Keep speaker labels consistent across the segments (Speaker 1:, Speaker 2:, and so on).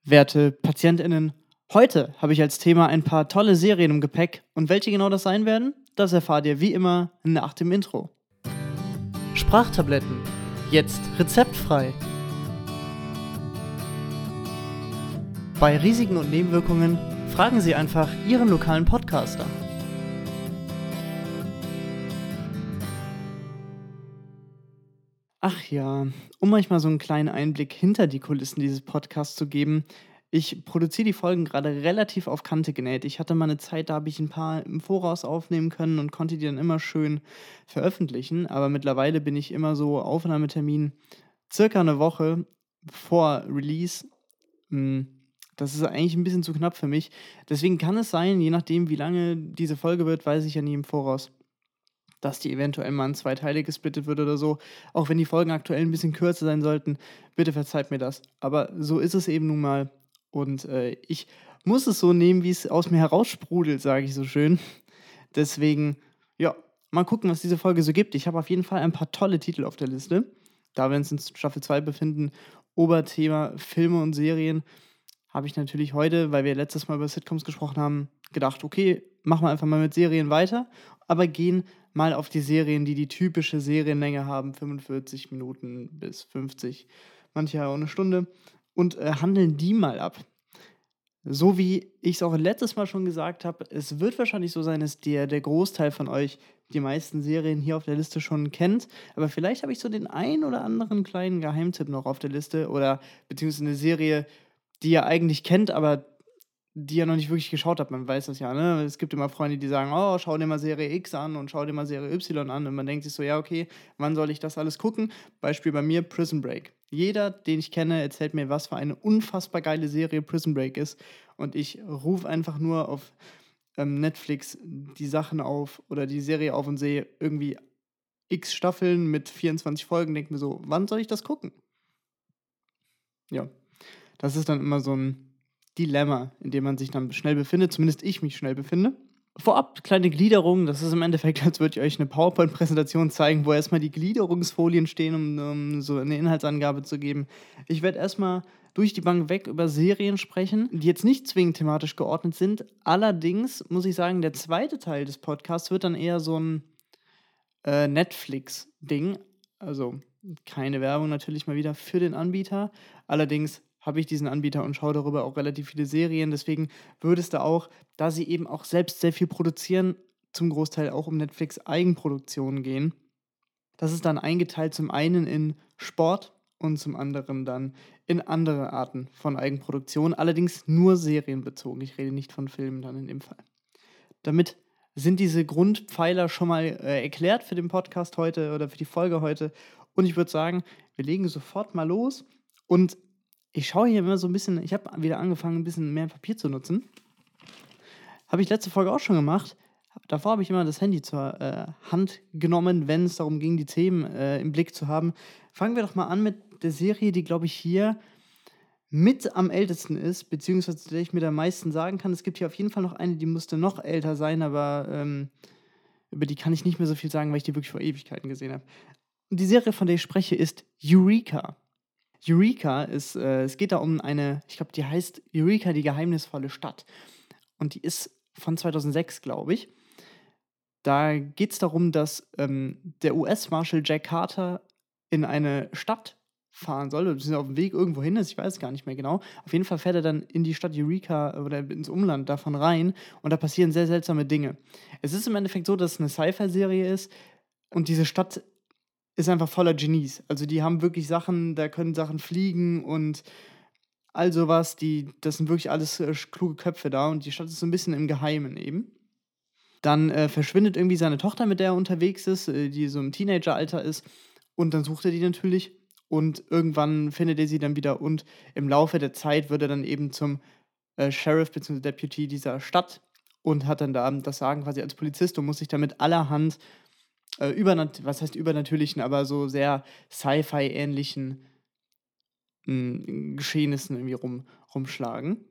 Speaker 1: Werte PatientInnen, heute habe ich als Thema ein paar tolle Serien im Gepäck und welche genau das sein werden, das erfahrt ihr wie immer nach dem Intro. Sprachtabletten, jetzt rezeptfrei. Bei Risiken und Nebenwirkungen fragen Sie einfach Ihren lokalen Podcaster. Ach ja, um euch mal so einen kleinen Einblick hinter die Kulissen dieses Podcasts zu geben. Ich produziere die Folgen gerade relativ auf Kante genäht. Ich hatte mal eine Zeit, da habe ich ein paar im Voraus aufnehmen können und konnte die dann immer schön veröffentlichen. Aber mittlerweile bin ich immer so Aufnahmetermin circa eine Woche vor Release. Hm, Das ist eigentlich ein bisschen zu knapp für mich. Deswegen kann es sein, je nachdem, wie lange diese Folge wird, weiß ich ja nie im Voraus, dass die eventuell mal in 2 Teile gesplittet wird oder so. Auch wenn die Folgen aktuell ein bisschen kürzer sein sollten, bitte verzeiht mir das. Aber so ist es eben nun mal und, ich muss es so nehmen, wie es aus mir heraussprudelt, sage ich so schön. Deswegen, ja, mal gucken, was diese Folge so gibt. Ich habe auf jeden Fall ein paar tolle Titel auf der Liste. Da wir uns in Staffel 2 befinden, Oberthema Filme und Serien, habe ich natürlich heute, weil wir letztes Mal über Sitcoms gesprochen haben, gedacht: „Okay, machen wir einfach mal mit Serien weiter, aber gehen mal auf die Serien, die die typische Serienlänge haben, 45 Minuten bis 50, manche auch 'ne Stunde und, handeln die mal ab.“ So wie ich es auch letztes Mal schon gesagt habe, es wird wahrscheinlich so sein, dass der Großteil von euch die meisten Serien hier auf der Liste schon kennt, aber vielleicht habe ich so den einen oder anderen kleinen Geheimtipp noch auf der Liste oder beziehungsweise 'ne Serie, die ihr eigentlich kennt, aber die ihr noch nicht wirklich geschaut habt. Man weiß das ja, ne? Es gibt immer Freunde, die sagen: „Oh, schau dir mal Serie X an und schau dir mal Serie Y an.“ Und man denkt sich so: „Ja, okay, wann soll ich das alles gucken?“ Beispiel bei mir Prison Break. Jeder, den ich kenne, erzählt mir, was für eine unfassbar geile Serie Prison Break ist. Und ich rufe einfach nur auf, Netflix die Sachen auf oder die Serie auf und sehe irgendwie X Staffeln mit 24 Folgen, denke mir so: „Wann soll ich das gucken?“ Ja. Das ist dann immer so 'n Dilemma, in dem man sich dann schnell befindet, zumindest ich mich schnell befinde. Vorab kleine Gliederung, das ist im Endeffekt, als würde ich euch 'ne PowerPoint-Präsentation zeigen, wo erst mal die Gliederungsfolien stehen, um so 'ne Inhaltsangabe zu geben. Ich werde erst mal durch die Bank weg über Serien sprechen, die jetzt nicht zwingend thematisch geordnet sind. Allerdings muss ich sagen, der zweite Teil des Podcasts wird dann eher so 'n, Netflix-Ding. Also, keine Werbung natürlich mal wieder für den Anbieter. Allerdings habe ich diesen Anbieter und schaue darüber auch relativ viele Serien. Deswegen würde es da auch, da sie eben auch selbst sehr viel produzieren, zum Großteil auch um Netflix Eigenproduktionen gehen. Das ist dann eingeteilt zum einen in Sport und zum anderen dann in andere Arten von Eigenproduktion, allerdings nur serienbezogen. Ich rede nicht von Filmen dann in dem Fall. Damit sind diese Grundpfeiler schon mal, erklärt für den Podcast heute oder für die Folge heute. Und ich würde sagen, wir legen sofort mal los. Und ich schaue hier immer so ein bisschen, ich habe wieder angefangen, ein bisschen mehr Papier zu nutzen. Habe ich letzte Folge auch schon gemacht. Davor habe ich immer das Handy zur, Hand genommen, wenn es darum ging, die Themen, im Blick zu haben. Fangen wir doch mal an mit der Serie, die, glaube ich, hier mit am ältesten ist, beziehungsweise zu der ich mir am meisten sagen kann. Es gibt hier auf jeden Fall noch eine, die müsste noch älter sein, aber, über die kann ich nicht mehr so viel sagen, weil ich die wirklich vor Ewigkeiten gesehen habe. Und die Serie, von der ich spreche, ist Eureka. Eureka ist, es geht da um eine, ich glaube, die heißt Eureka, die geheimnisvolle Stadt. Und die ist von 2006, glaube ich. Da geht es darum, dass, der US-Marshal Jack Carter in eine Stadt fahren soll, beziehungsweise auf dem Weg irgendwohin ist, ich weiß es gar nicht mehr genau. Auf jeden Fall fährt er dann in die Stadt Eureka oder ins Umland davon rein und da passieren sehr seltsame Dinge. Es ist im Endeffekt so, dass es 'ne Sci-Fi-Serie ist und diese Stadt ist einfach voller Genies. Also, die haben wirklich Sachen, da können Sachen fliegen und all sowas. Das sind wirklich alles, kluge Köpfe da und die Stadt ist so ein bisschen im Geheimen eben. Dann, verschwindet irgendwie seine Tochter, mit der er unterwegs ist, die so im Teenageralter ist. Und dann sucht er die natürlich und irgendwann findet er sie dann wieder und im Laufe der Zeit wird er dann eben zum, Sheriff bzw. Deputy dieser Stadt und hat dann da das Sagen quasi als Polizist und muss sich dann mit allerhand, was heißt übernatürlichen, aber so sehr Sci-Fi-ähnlichen, Geschehnissen irgendwie rumschlagen.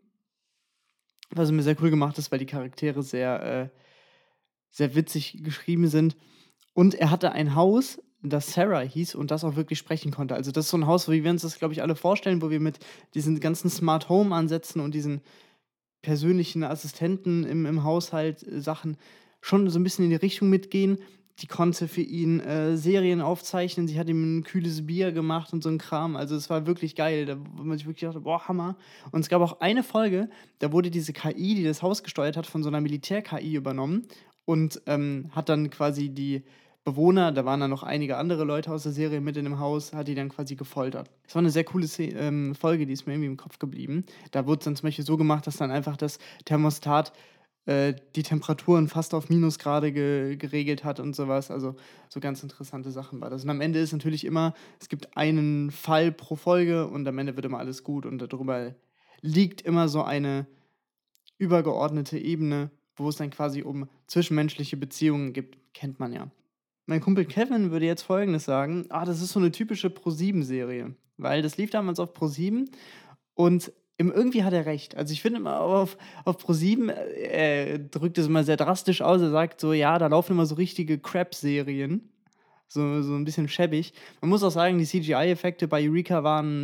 Speaker 1: Was mir sehr cool gemacht ist, weil die Charaktere sehr witzig geschrieben sind. Und er hatte ein Haus, das Sarah hieß und das auch wirklich sprechen konnte. Also, das ist so ein Haus, wie wir uns das, glaube ich, alle vorstellen, wo wir mit diesen ganzen Smart Home Ansätzen und diesen persönlichen Assistenten im Haushalt, Sachen schon so ein bisschen in die Richtung mitgehen. Die konnte für ihn, Serien aufzeichnen. Sie hat ihm 'n kühles Bier gemacht und so 'n Kram. Also, es war wirklich geil, da wo man sich wirklich dachte: „Boah, Hammer.“ Und es gab auch eine Folge, da wurde diese KI, die das Haus gesteuert hat, von so 'ner Militär-KI übernommen und, hat dann quasi die Bewohner, da waren dann noch einige andere Leute aus der Serie mit in dem Haus, hat die dann quasi gefoltert. Das war 'ne sehr coole Folge, die ist mir irgendwie im Kopf geblieben. Da wurd's dann zum Beispiel so gemacht, dass dann einfach das Thermostat, die Temperaturen fast auf Minusgrade geregelt hat und sowas. Also, so ganz interessante Sachen war das. Und am Ende ist natürlich immer, es gibt einen Fall pro Folge und am Ende wird immer alles gut und darüber liegt immer so eine übergeordnete Ebene, wo es dann quasi um zwischenmenschliche Beziehungen gibt, kennt man ja. Mein Kumpel Kevin würde jetzt Folgendes sagen: „Ah, das ist so eine typische ProSieben-Serie“, weil das lief damals auf ProSieben und irgendwie hat er recht. Also, ich finde immer auf ProSieben, drückt es immer sehr drastisch aus. Er sagt so: „Ja, da laufen immer so richtige Crap-Serien“, so ein bisschen schäbig. Man muss auch sagen, die CGI-Effekte bei Eureka waren,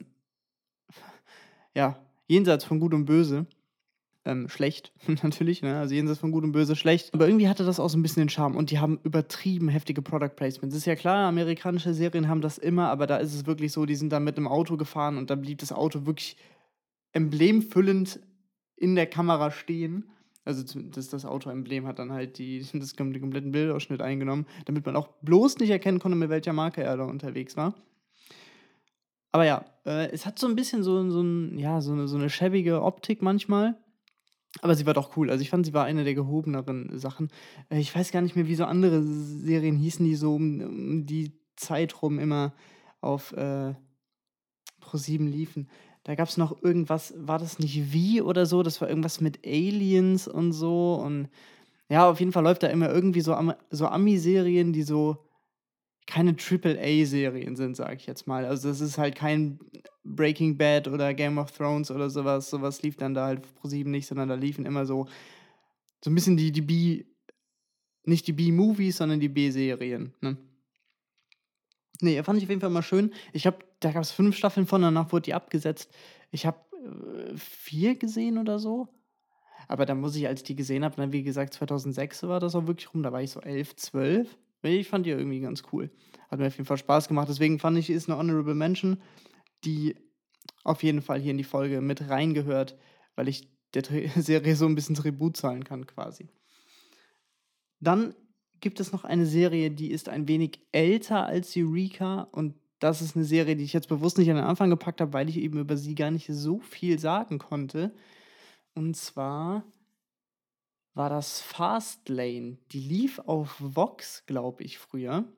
Speaker 1: ja, jenseits von Gut und Böse. Schlecht natürlich, ne? Also jenseits von Gut und Böse schlecht. Aber irgendwie hatte das auch so ein bisschen den Charme und die haben übertrieben heftige Product Placements. Ist ja klar, amerikanische Serien haben das immer, aber da ist es wirklich so, die sind dann mit 'nem Auto gefahren und da blieb das Auto wirklich emblemfüllend in der Kamera stehen. Also das Autoemblem hat dann halt den kompletten Bildausschnitt eingenommen, damit man auch bloß nicht erkennen konnte, mit welcher Marke er da unterwegs war. Aber ja, es hat so ein bisschen so 'n ja, so 'ne schäbige Optik manchmal. Aber sie war doch cool. Also, ich fand, sie war eine der gehobeneren Sachen. Ich weiß gar nicht mehr, wie so andere Serien hießen, die so um die Zeit rum immer auf, ProSieben liefen. Da gab's noch irgendwas, war das nicht „Wie“ oder so? Das war irgendwas mit Aliens und so und ja, auf jeden Fall läuft da immer irgendwie so Ami-Serien, die so keine Triple-A-Serien sind, sage ich jetzt mal. Also, das ist halt kein Breaking Bad oder Game of Thrones oder sowas. Sowas lief dann da halt auf ProSieben nicht, sondern da liefen immer so ein bisschen die B nicht die B-Movies, sondern die B-Serien, ne? Ne, fand ich auf jeden Fall mal schön. Da gab's 5 Staffeln von, danach wurde die abgesetzt. Ich habe, 4 gesehen oder so, aber da muss ich, als ich die gesehen habe, ne, wie gesagt, 2006 war das auch wirklich rum, da war ich so 11, 12. Ich fand die irgendwie ganz cool. Hat mir auf jeden Fall Spaß gemacht. Deswegen fand ich, ist 'ne Honorable Mention, die auf jeden Fall hier in die Folge mit reingehört, weil ich der Serie so ein bisschen Tribut zahlen kann quasi. Dann gibt es noch eine Serie, die ist ein wenig älter als Eureka und das ist eine Serie, die ich jetzt bewusst nicht an den Anfang gepackt habe, weil ich eben über sie gar nicht so viel sagen konnte. Und zwar war das Fastlane. Die lief auf Vox, glaube ich, früher.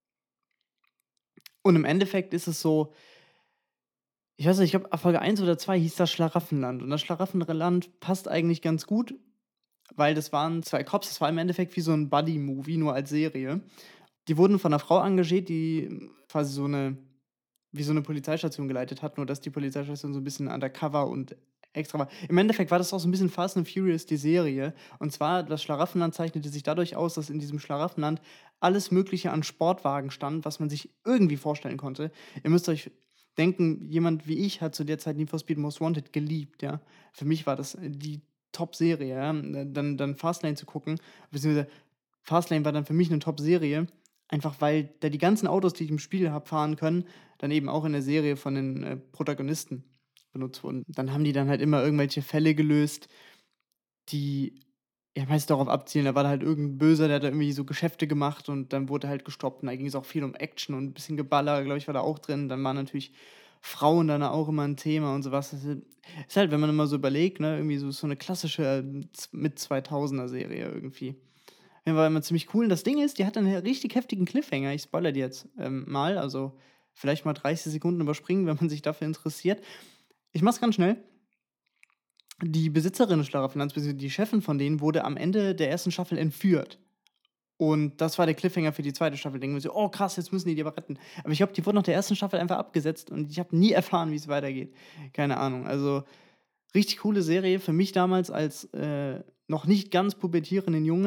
Speaker 1: Und im Endeffekt ist es so, ich weiß nicht, ich glaube, Folge 1 oder 2 hieß das Schlaraffenland. Und das Schlaraffenland passt eigentlich ganz gut, weil das waren 2 Cops. Das war im Endeffekt wie so ein Buddy-Movie, nur als Serie. Die wurden von 'ner Frau engagiert, die quasi so 'ne Polizeistation geleitet hat, nur dass die Polizeistation so 'n bisschen undercover und extra war. Im Endeffekt war das auch so 'n bisschen Fast and Furious, die Serie. Und zwar, das Schlaraffenland zeichnete sich dadurch aus, dass in diesem Schlaraffenland alles Mögliche an Sportwagen stand, was man sich irgendwie vorstellen konnte. Ihr müsst euch denken, jemand wie ich hat zu der Zeit Need for Speed Most Wanted geliebt, ja. Für mich war das, die Top-Serie, ja. Dann Fastlane zu gucken, beziehungsweise Fastlane war dann für mich 'ne Top-Serie. Einfach weil da die ganzen Autos, die ich im Spiel habe fahren können, dann eben auch in der Serie von den, Protagonisten benutzt wurden. Dann haben die dann halt immer irgendwelche Fälle gelöst, die ja meist darauf abzielen, da war da halt irgend 'n Böser, der hat da irgendwie so Geschäfte gemacht und dann wurde er halt gestoppt und da ging's auch viel um Action und 'n bisschen Geballer, glaube ich, war da auch drin. Dann waren natürlich Frauen dann auch immer 'n Thema und so was. Das ist halt, wenn man immer so überlegt, ne, irgendwie so 'ne klassische, z Mit-2000er-Serie irgendwie. Ja, war immer ziemlich cool. Und das Ding ist, die hat einen richtig heftigen Cliffhanger. Ich spoilere dir jetzt, mal, also vielleicht mal 30 Sekunden überspringen, wenn man sich dafür interessiert. Ich mach's ganz schnell. Die Besitzerin des Schlaraffenlands, beziehungsweise die Chefin von denen, wurde am Ende der ersten Staffel entführt. Und das war der Cliffhanger für die zweite Staffel. Denken wir so: „Oh krass, jetzt müssen die aber retten.“ Aber ich glaube, die wurde nach der ersten Staffel einfach abgesetzt und ich habe nie erfahren, wie es weitergeht. Keine Ahnung. Also, richtig coole Serie für mich damals als, noch nicht ganz pubertierenden Jungen.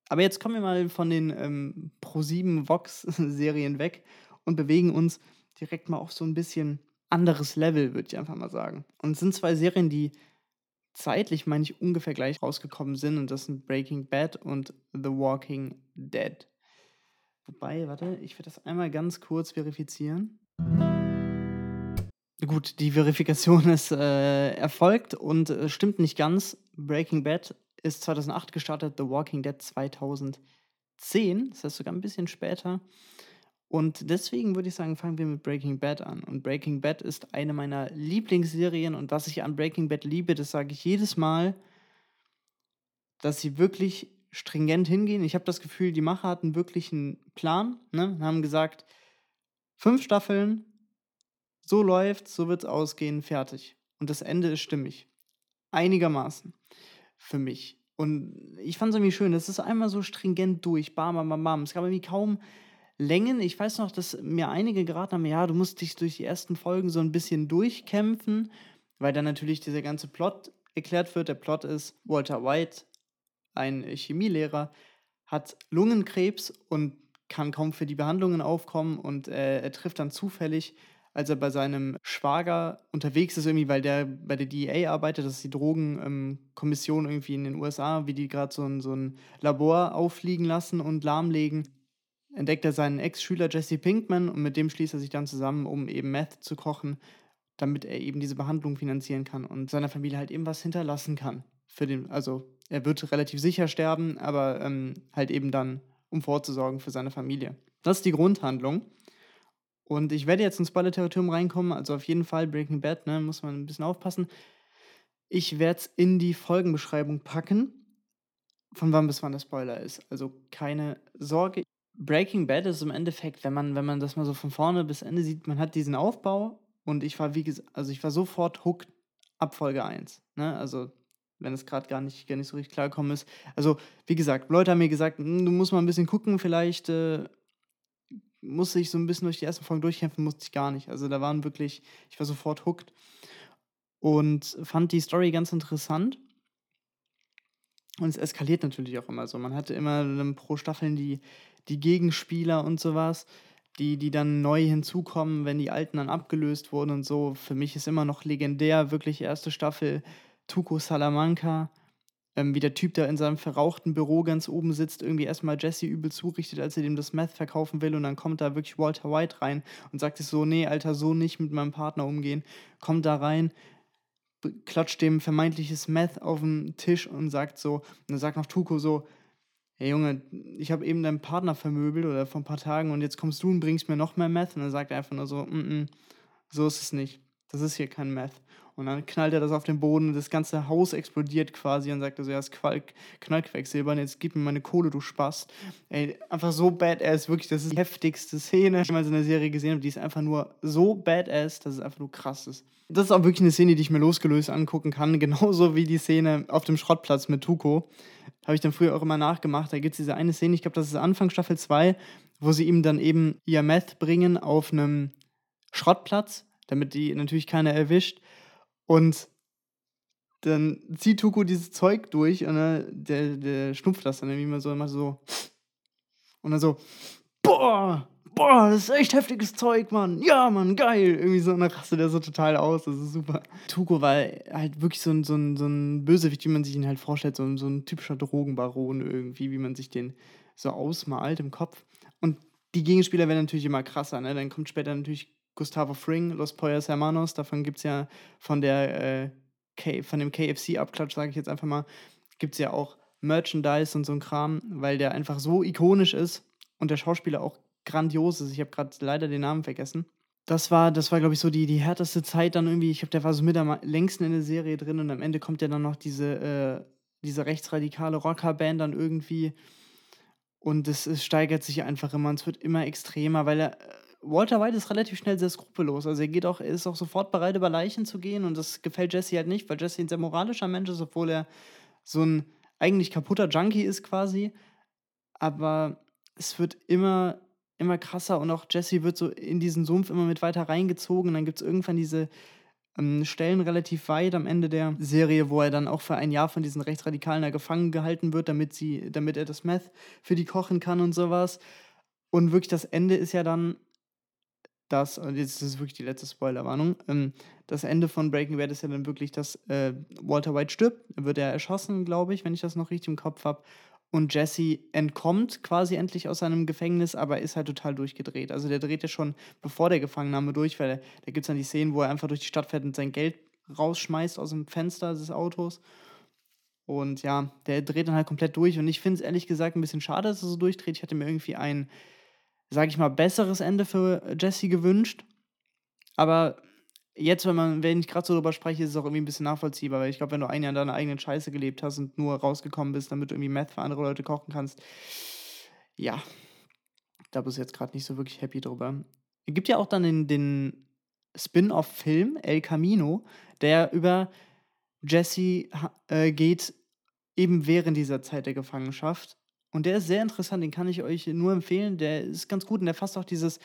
Speaker 1: Aber jetzt kommen wir mal von den ProSieben Vox-Serien weg und bewegen uns direkt mal auf so ein bisschen anderes Level, würde ich einfach mal sagen. Und es sind zwei Serien, die zeitlich, meine ich, ungefähr gleich rausgekommen sind. Und das sind Breaking Bad und The Walking Dead. Wobei, warte, ich werde das einmal ganz kurz verifizieren. Gut, die Verifikation ist erfolgt und stimmt nicht ganz. Breaking Bad ist 2008 gestartet, The Walking Dead 2010, das heißt sogar ein bisschen später. Und deswegen würde ich sagen, fangen wir mit Breaking Bad an. Und Breaking Bad ist eine meiner Lieblingsserien. Und was ich an Breaking Bad liebe, das sage ich jedes Mal, dass sie wirklich stringent hingehen. Ich habe das Gefühl, die Macher hatten wirklich einen Plan, ne? Haben gesagt, 5 Staffeln, so läuft's, so wird's ausgehen, fertig. Und das Ende ist stimmig. Einigermaßen für mich. Und ich fand's irgendwie schön. Das ist einmal so stringent durch. Bam, bam, bam, bam. Es gab irgendwie kaum Längen. Ich weiß noch, dass mir einige geraten haben, ja, du musst dich durch die ersten Folgen so ein bisschen durchkämpfen, weil dann natürlich dieser ganze Plot erklärt wird. Der Plot ist, Walter White, ein Chemielehrer, hat Lungenkrebs und kann kaum für die Behandlungen aufkommen und er trifft dann zufällig, als er bei seinem Schwager unterwegs ist, irgendwie, weil der bei der DEA arbeitet, das ist die Drogenkommission irgendwie in den USA, wie die gerade so ein Labor auffliegen lassen und lahmlegen, entdeckt er seinen Ex-Schüler Jesse Pinkman und mit dem schließt er sich dann zusammen, um eben Meth zu kochen, damit er eben diese Behandlung finanzieren kann und seiner Familie halt eben was hinterlassen kann. Also er wird relativ sicher sterben, aber halt eben dann, um vorzusorgen für seine Familie. Das ist die Grundhandlung. Und ich werde jetzt ins Spoiler-Territorium reinkommen, also auf jeden Fall Breaking Bad, ne, muss man ein bisschen aufpassen. Ich werde es in die Folgenbeschreibung packen, von wann bis wann der Spoiler ist. Also keine Sorge. Breaking Bad ist im Endeffekt, wenn man das mal so von vorne bis Ende sieht, man hat diesen Aufbau und ich war, wie gesagt, also ich war sofort hooked ab Folge 1. Ne? Also, wenn es gerade gar nicht so richtig klargekommen ist. Also, wie gesagt, Leute haben mir gesagt, du musst mal ein bisschen gucken, vielleicht musste ich so ein bisschen durch die ersten Folgen durchkämpfen, musste ich gar nicht. Also, da waren wirklich, ich war sofort hooked und fand die Story ganz interessant. Und es eskaliert natürlich auch immer so. Man hatte immer pro Staffeln die Gegenspieler und sowas, die dann neu hinzukommen, wenn die Alten dann abgelöst wurden und so. Für mich ist immer noch legendär, wirklich erste Staffel Tuco Salamanca, wie der Typ da in seinem verrauchten Büro ganz oben sitzt, irgendwie erstmal Jesse übel zurichtet, als er dem das Meth verkaufen will und dann kommt da wirklich Walter White rein und sagt sich so, nee, Alter, so nicht mit meinem Partner umgehen. Kommt da rein, klatscht dem vermeintliches Meth auf den Tisch und sagt so, und dann sagt noch Tuco so, hey Junge, ich habe eben deinen Partner vermöbelt oder vor ein paar Tagen und jetzt kommst du und bringst mir noch mehr Meth. Und dann sagt er einfach nur so, so ist es nicht. Das ist hier kein Meth. Und dann knallt er das auf den Boden und das ganze Haus explodiert quasi und sagt er so, ja, es ist Knallquecksilber und jetzt gib mir meine Kohle, du Spast. Ey, einfach so badass, wirklich, das ist die heftigste Szene, die ich jemals in der Serie gesehen habe. Die ist einfach nur so badass, dass es einfach nur krass ist. Das ist auch wirklich eine Szene, die ich mir losgelöst angucken kann, genauso wie die Szene auf dem Schrottplatz mit Tuco. Habe ich dann früher auch immer nachgemacht. Da gibt es diese eine Szene, ich glaube, das ist Anfang Staffel 2, wo sie ihm dann eben ihr Meth bringen auf einem Schrottplatz, damit die natürlich keiner erwischt. Und dann zieht Tuco dieses Zeug durch und der schnupft das dann irgendwie immer so. Und dann so, boah, das ist echt heftiges Zeug, Mann. Ja, Mann, geil. Irgendwie so, und dann rastet der so total aus. Das ist super. Tuco war halt wirklich so ein Bösewicht, wie man sich ihn halt vorstellt. So ein typischer Drogenbaron irgendwie, wie man sich den so ausmalt im Kopf. Und die Gegenspieler werden natürlich immer krasser, ne? Dann kommt später natürlich Gustavo Fring, Los Pollos Hermanos. Davon gibt es ja von von dem KFC-Abklatsch, sage ich jetzt einfach mal, gibt es ja auch Merchandise und so ein Kram, weil der einfach so ikonisch ist und der Schauspieler auch grandios ist. Ich habe gerade leider den Namen vergessen. Das war, glaube ich, so die härteste Zeit dann irgendwie. Ich glaube, der war so mit am längsten in der Serie drin und am Ende kommt ja dann noch diese rechtsradikale Rockerband dann irgendwie und es steigert sich einfach immer und es wird immer extremer, weil Walter White ist relativ schnell sehr skrupellos. Also er ist auch sofort bereit, über Leichen zu gehen und das gefällt Jesse halt nicht, weil Jesse ein sehr moralischer Mensch ist, obwohl er so ein eigentlich kaputter Junkie ist quasi. Aber es wird immer krasser und auch Jesse wird so in diesen Sumpf immer mit weiter reingezogen. Und dann gibt es irgendwann Stellen relativ weit am Ende der Serie, wo er dann auch für ein Jahr von diesen Rechtsradikalen da gefangen gehalten wird, damit er das Meth für die kochen kann und sowas. Und wirklich das Ende ist ja dann und jetzt ist wirklich die letzte Spoilerwarnung, das Ende von Breaking Bad ist ja dann wirklich, dass Walter White stirbt. Dann wird er erschossen, glaube ich, wenn ich das noch richtig im Kopf habe. Und Jesse entkommt quasi endlich aus seinem Gefängnis, aber ist halt total durchgedreht. Also der dreht ja schon bevor der Gefangennahme durch, weil da gibt es dann die Szenen, wo er einfach durch die Stadt fährt und sein Geld rausschmeißt aus dem Fenster des Autos. Und ja, der dreht dann halt komplett durch. Und ich finde es ehrlich gesagt ein bisschen schade, dass er so durchdreht. Ich hatte mir irgendwie ein, sage ich mal, besseres Ende für Jesse gewünscht. Aber jetzt, wenn ich gerade so drüber spreche, ist es auch irgendwie ein bisschen nachvollziehbar, weil ich glaube, wenn du ein Jahr in deiner eigenen Scheiße gelebt hast und nur rausgekommen bist, damit du irgendwie Meth für andere Leute kochen kannst, ja, da bist du jetzt gerade nicht so wirklich happy drüber. Es gibt ja auch dann den Spin-off-Film El Camino, der über Jesse geht, eben während dieser Zeit der Gefangenschaft. Und der ist sehr interessant, den kann ich euch nur empfehlen. Der ist ganz gut und der fasst auch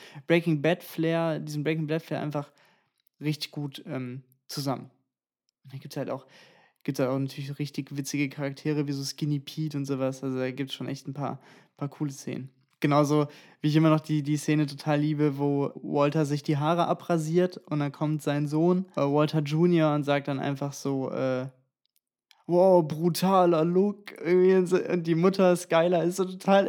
Speaker 1: diesen Breaking Bad Flair einfach richtig gut zusammen. Und da gibt's halt auch natürlich richtig witzige Charaktere wie so Skinny Pete und sowas. Also da gibt es schon echt ein paar coole Szenen. Genauso wie ich immer noch die Szene total liebe, wo Walter sich die Haare abrasiert und dann kommt sein Sohn, Walter Junior, und sagt dann einfach so, wow, brutaler Look. Irgendwie und die Mutter Skylar ist so total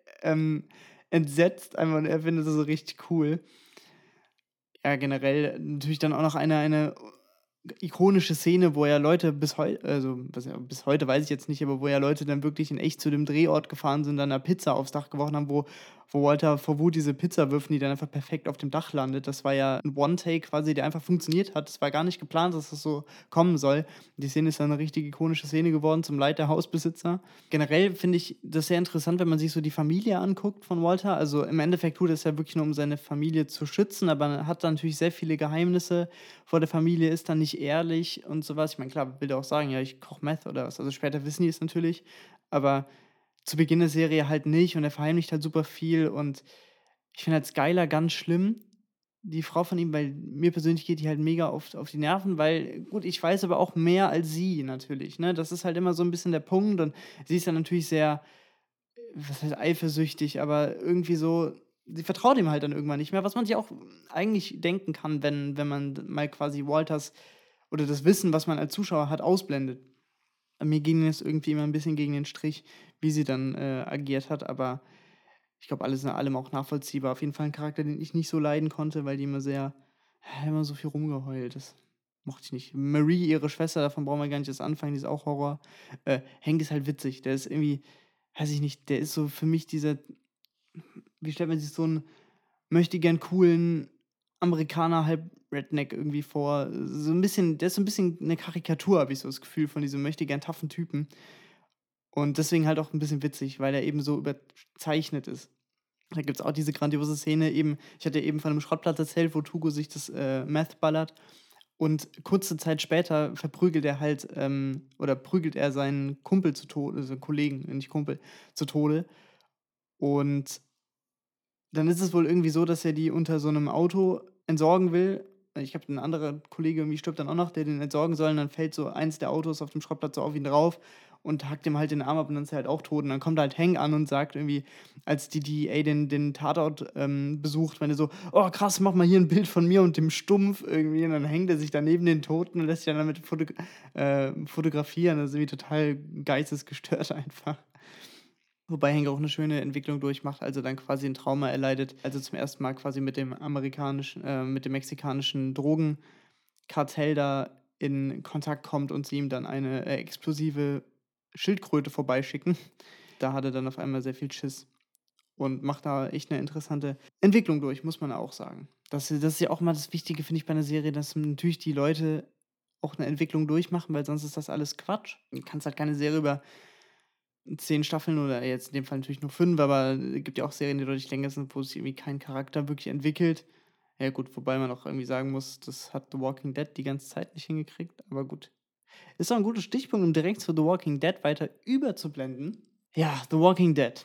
Speaker 1: entsetzt einfach und er findet das so richtig cool. Ja, generell natürlich dann auch noch eine ikonische Szene, wo ja Leute bis heute weiß ich jetzt nicht, aber wo ja Leute dann wirklich in echt zu dem Drehort gefahren sind, dann 'ne Pizza aufs Dach geworfen haben, wo Walter vor Wut diese Pizza wirft und die dann einfach perfekt auf dem Dach landet. Das war ja 'n One-Take quasi, der einfach funktioniert hat. Das war gar nicht geplant, dass das so kommen soll. Die Szene ist dann 'ne richtig ikonische Szene geworden zum Leid der Hausbesitzer. Generell finde ich das sehr interessant, wenn man sich so die Familie anguckt von Walter. Also, im Endeffekt tut er es ja wirklich nur, um seine Familie zu schützen, aber er hat da natürlich sehr viele Geheimnisse vor der Familie, ist dann nicht ehrlich und sowas. Ich meine, klar, will der auch sagen: „Ja, ich koche Meth“ oder was. Also, später wissen die es natürlich, aber zu Beginn der Serie halt nicht und er verheimlicht halt super viel und ich finde halt Skylar ganz schlimm, die Frau von ihm, weil mir persönlich geht die halt mega auf die Nerven, weil gut, ich weiß aber auch mehr als sie natürlich, ne? Das ist halt immer so ein bisschen der Punkt und sie ist dann natürlich sehr, was heißt eifersüchtig, aber irgendwie so sie vertraut ihm halt dann irgendwann nicht mehr, was man sich auch eigentlich denken kann, wenn man mal quasi Walters oder das Wissen, was man als Zuschauer hat, ausblendet. Mir ging es irgendwie immer ein bisschen gegen den Strich, wie sie dann agiert hat, aber ich glaube, alles in allem auch nachvollziehbar. Auf jeden Fall ein Charakter, den ich nicht so leiden konnte, weil die immer so viel rumgeheult. Das mochte ich nicht. Marie, ihre Schwester, davon brauchen wir gar nicht erst anfangen, die ist auch Horror. Hank ist halt witzig. Der ist irgendwie, weiß ich nicht, der ist so für mich dieser, wie stellt man sich so einen möchtegern coolen Amerikaner, halb Redneck irgendwie vor. So ein bisschen, der ist so ein bisschen eine Karikatur, habe ich so das Gefühl, von diesem möchtegern taffen Typen. Und deswegen halt auch ein bisschen witzig, weil er eben so überzeichnet ist. Da gibt's auch diese grandiose Szene eben, ich hatte eben von einem Schrottplatz erzählt, wo Tugo sich das Meth ballert und kurze Zeit später verprügelt er halt, oder prügelt er seinen Kumpel zu Tode, also Kollegen, nicht Kumpel, zu Tode. Und dann ist es wohl irgendwie so, dass er die unter so einem Auto entsorgen will. Ich habe 'n anderer Kollege irgendwie stirbt dann auch noch, der den entsorgen soll und dann fällt so eins der Autos auf dem Schrottplatz so auf ihn drauf und hackt ihm halt den Arm ab und dann ist er halt auch tot. Und dann kommt halt Hank an und sagt irgendwie, als die DEA den Tatort besucht, meinte so: „Oh krass, mach mal hier ein Bild von mir und dem Stumpf“ irgendwie. Und dann hängt er sich da neben den Toten und lässt sich dann damit fotografieren. Das ist irgendwie total geistesgestört einfach. Wobei Hank auch eine schöne Entwicklung durchmacht, als er dann quasi 'n Trauma erleidet, als er zum ersten Mal quasi mit dem mexikanischen Drogenkartell da in Kontakt kommt und sie ihm dann eine, explosive Schildkröte vorbeischicken. Da hat er dann auf einmal sehr viel Schiss und macht da echt 'ne interessante Entwicklung durch, muss man auch sagen. Das ist ja auch immer das Wichtige, finde ich, bei 'ner Serie, dass natürlich die Leute auch 'ne Entwicklung durchmachen, weil sonst ist das alles Quatsch. Du kannst halt keine Serie über 10 Staffeln oder jetzt in dem Fall natürlich nur 5, aber gibt ja auch Serien, die deutlich länger sind, wo sich irgendwie kein Charakter wirklich entwickelt. Ja gut, wobei man auch irgendwie sagen muss, das hat The Walking Dead die ganze Zeit nicht hingekriegt, aber gut. Ist doch 'n guter Stichpunkt, um direkt zu The Walking Dead weiter überzublenden. Ja, The Walking Dead.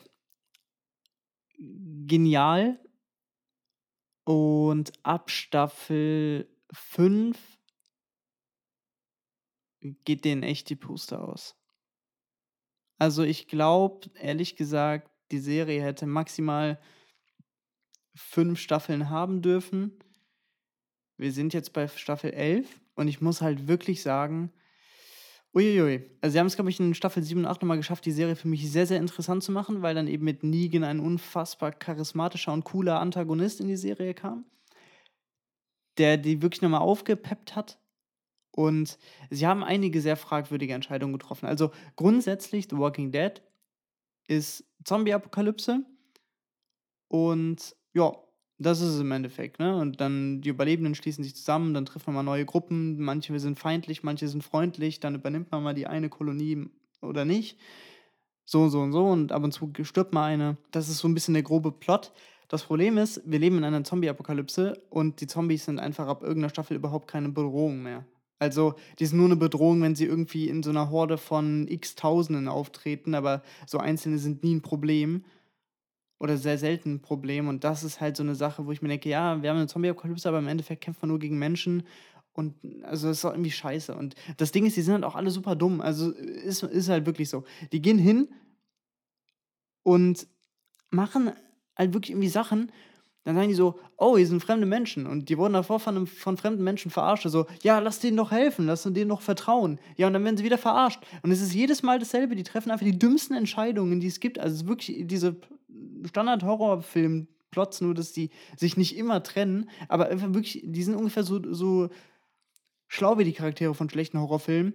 Speaker 1: Genial und ab Staffel 5 geht denen echt die Puste aus. Also, ich glaube, ehrlich gesagt, die Serie hätte maximal 5 Staffeln haben dürfen. Wir sind jetzt bei Staffel 11 und ich muss halt wirklich sagen, uiuiui. Also, sie haben es, glaube ich, in Staffel 7 und 8 noch mal geschafft, die Serie für mich sehr, sehr interessant zu machen, weil dann eben mit Negan ein unfassbar charismatischer und cooler Antagonist in die Serie kam, der die wirklich noch mal aufgepeppt hat. Und sie haben einige sehr fragwürdige Entscheidungen getroffen. Also, grundsätzlich The Walking Dead ist Zombie-Apokalypse und ja, das ist es im Endeffekt, ne? Und dann die Überlebenden schließen sich zusammen, dann trifft man mal neue Gruppen. Manche sind feindlich, manche sind freundlich. Dann übernimmt man mal die eine Kolonie oder nicht. So und so und ab und zu stirbt mal eine. Das ist so ein bisschen der grobe Plot. Das Problem ist, wir leben in einer Zombie-Apokalypse und die Zombies sind einfach ab irgendeiner Staffel überhaupt keine Bedrohung mehr. Also, die sind nur eine Bedrohung, wenn sie irgendwie in so einer Horde von X Tausenden auftreten, aber so Einzelne sind nie ein Problem oder sehr selten 'n Problem. Und das ist halt so eine Sache, wo ich mir denke: „Ja, wir haben eine Zombie-Apokalypse, aber im Endeffekt kämpft man nur gegen Menschen.“ Und also, das ist doch irgendwie scheiße. Und das Ding ist, die sind halt auch alle super dumm. Also, ist halt wirklich so. Die gehen hin und machen halt wirklich irgendwie Sachen, dann sagen die so: „Oh, hier sind fremde Menschen.“ Und die wurden davor von fremden Menschen verarscht. So: „Ja, lass denen doch helfen, lass denen doch vertrauen.“ Ja, und dann werden sie wieder verarscht. Und es ist jedes Mal dasselbe. Die treffen einfach die dümmsten Entscheidungen, die es gibt. Also, es ist wirklich diese Standard-Horrorfilm-Plots, nur dass die sich nicht immer trennen, aber einfach wirklich die sind ungefähr so schlau wie die Charaktere von schlechten Horrorfilmen,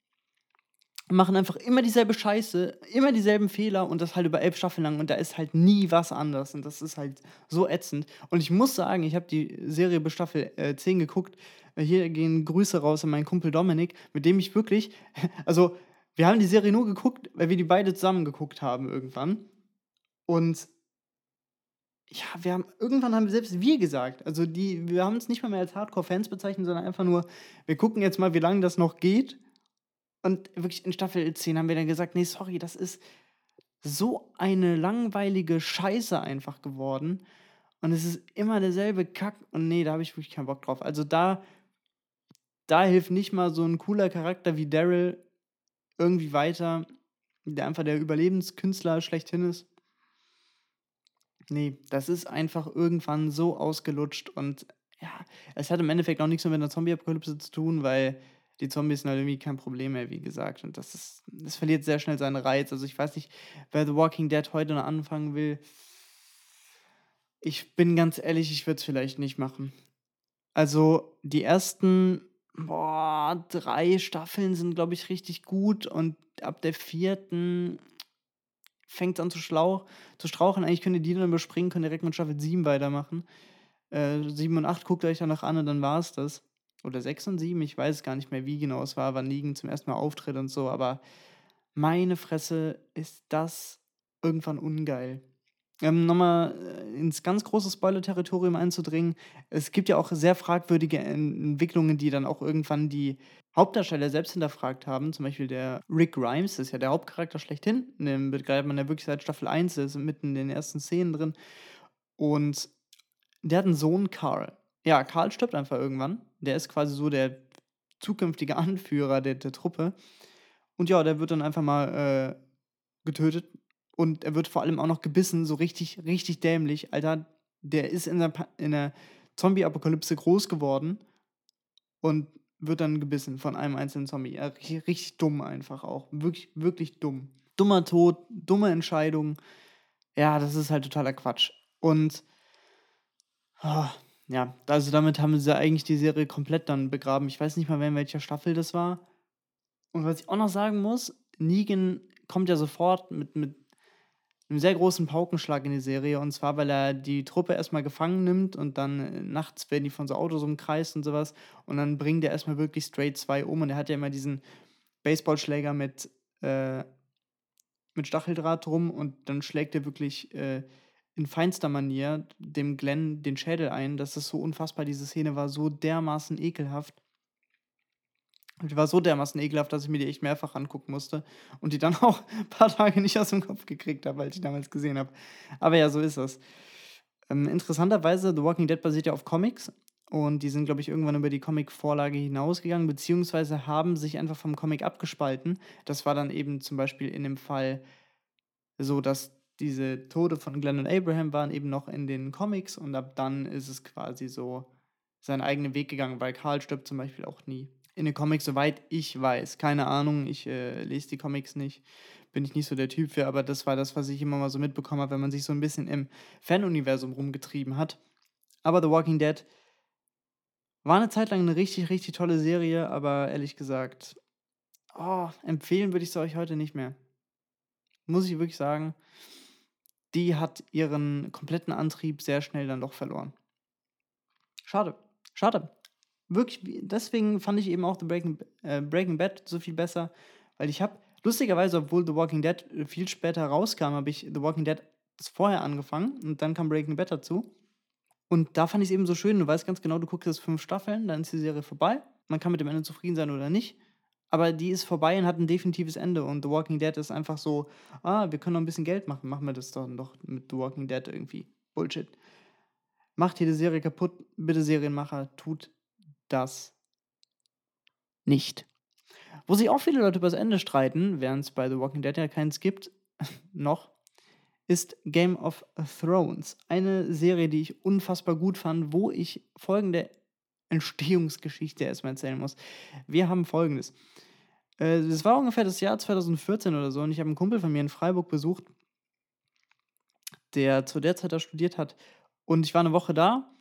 Speaker 1: machen einfach immer dieselbe Scheiße, immer dieselben Fehler und das halt über 11 Staffeln lang und da ist halt nie was anders und das ist halt so ätzend. Und ich muss sagen, ich habe die Serie bis Staffel, 10 geguckt. Hier gehen Grüße raus an meinen Kumpel Dominik, mit dem ich wirklich also, wir haben die Serie nur geguckt, weil wir die beide zusammen geguckt haben irgendwann. Und ja, irgendwann haben selbst wir gesagt, also wir haben uns nicht mal mehr als Hardcore-Fans bezeichnet, sondern einfach nur: „Wir gucken jetzt mal, wie lange das noch geht.“ Und wirklich in Staffel 10 haben wir dann gesagt: „Ne, sorry, das ist so eine langweilige Scheiße einfach geworden und es ist immer derselbe Kack und ne, da habe ich wirklich keinen Bock drauf.“ Also, da hilft nicht mal so 'n cooler Charakter wie Daryl irgendwie weiter, der einfach der Überlebenskünstler schlechthin ist. Ne, das ist einfach irgendwann so ausgelutscht und ja, es hat im Endeffekt auch nix mehr mit 'ner Zombie-Apokalypse zu tun, weil die Zombies sind halt irgendwie kein Problem mehr, wie gesagt. Und das verliert sehr schnell seinen Reiz. Also, ich weiß nicht, wer The Walking Dead heute noch anfangen will. Ich bin ganz ehrlich, ich würde es vielleicht nicht machen. Also, die ersten, 3 Staffeln sind, glaube ich, richtig gut und ab der vierten fängt's an zu straucheln. Eigentlich könnt ihr die dann überspringen, könnt direkt mit Staffel 7 weitermachen. 7 und 8 guckt ihr euch danach an und dann war's das. Oder 6 und 7, ich weiß gar nicht mehr, wie genau es war, wann Negan zum ersten Mal auftritt und so, aber meine Fresse, ist das irgendwann ungeil. Noch mal, ins ganz große Spoiler-Territorium einzudringen. Es gibt ja auch sehr fragwürdige Entwicklungen, die dann auch irgendwann die Hauptdarsteller selbst hinterfragt haben. Zum Beispiel der Rick Grimes, das ist ja der Hauptcharakter schlechthin. Den begleitet man ja wirklich seit Staffel 1, der ist mitten in den ersten Szenen drin. Und der hat einen Sohn, Carl. Ja, Carl stirbt einfach irgendwann. Der ist quasi so der zukünftige Anführer der Truppe. Und ja, der wird dann einfach mal, getötet und er wird vor allem auch noch gebissen, so richtig richtig dämlich. Alter, der ist in der Zombie-Apokalypse groß geworden und wird dann gebissen von einem einzelnen Zombie. Ja, richtig dumm einfach auch. Wirklich, wirklich dumm. Dummer Tod, dumme Entscheidung. Ja, das ist halt totaler Quatsch. Und, ja, also damit haben sie eigentlich die Serie komplett dann begraben. Ich weiß nicht mal mehr, in welcher Staffel das war. Und was ich auch noch sagen muss, Negan kommt ja sofort mit 'nem sehr großen Paukenschlag in die Serie, und zwar, weil er die Truppe erst mal gefangen nimmt und dann, nachts werden die von so Autos umkreist und so was und dann bringt er erst mal wirklich straight 2 um und er hat ja immer diesen Baseballschläger mit Stacheldraht drum und dann schlägt er wirklich, in feinster Manier dem Glenn den Schädel ein. Das ist so unfassbar. Diese Szene war so dermaßen ekelhaft. Die war so dermaßen ekelhaft, dass ich mir die echt mehrfach angucken musste und die dann auch ein paar Tage nicht aus dem Kopf gekriegt habe, als ich damals gesehen habe. Aber ja, so ist das. Interessanterweise, The Walking Dead basiert ja auf Comics Und die sind, glaube ich, irgendwann über die Comic-Vorlage hinausgegangen, beziehungsweise haben sich einfach vom Comic abgespalten. Das war dann eben zum Beispiel in dem Fall so, dass diese Tode von Glenn und Abraham waren eben noch in den Comics und ab dann ist es quasi so seinen eigenen Weg gegangen, weil Karl stirbt zum Beispiel auch nie. In den Comics, soweit ich weiß. Keine Ahnung, ich lese die Comics nicht, bin ich nicht so der Typ für, aber das war das, was ich immer mal so mitbekommen habe, wenn man sich so ein bisschen im Fanuniversum rumgetrieben hat. Aber The Walking Dead war eine Zeit lang eine richtig, richtig tolle Serie, aber ehrlich gesagt, empfehlen würde ich sie euch heute nicht mehr. Muss ich wirklich sagen, die hat ihren kompletten Antrieb sehr schnell dann doch verloren. Schade, schade. Wirklich, deswegen fand ich eben auch Breaking Bad so viel besser, weil ich habe lustigerweise, obwohl The Walking Dead viel später rauskam, habe ich The Walking Dead vorher angefangen und dann kam Breaking Bad dazu. Und da fand ich es eben so schön, du weißt ganz genau, du guckst jetzt 5 Staffeln, dann ist die Serie vorbei. Man kann mit dem Ende zufrieden sein oder nicht. Aber die ist vorbei und hat ein definitives Ende. Und The Walking Dead ist einfach so, wir können noch ein bisschen Geld machen. Machen wir das doch mit The Walking Dead irgendwie. Bullshit. Macht jede Serie kaputt. Bitte Serienmacher, tut das nicht. Wo sich auch viele Leute über das Ende streiten, während es bei The Walking Dead ja keins gibt, noch, ist Game of Thrones. Eine Serie, die ich unfassbar gut fand, wo ich folgende Entstehungsgeschichte erstmal erzählen muss. Wir haben folgendes. Das war ungefähr das Jahr 2014 oder so und ich habe einen Kumpel von mir in Freiburg besucht, der zu der Zeit da studiert hat. Und ich war eine Woche da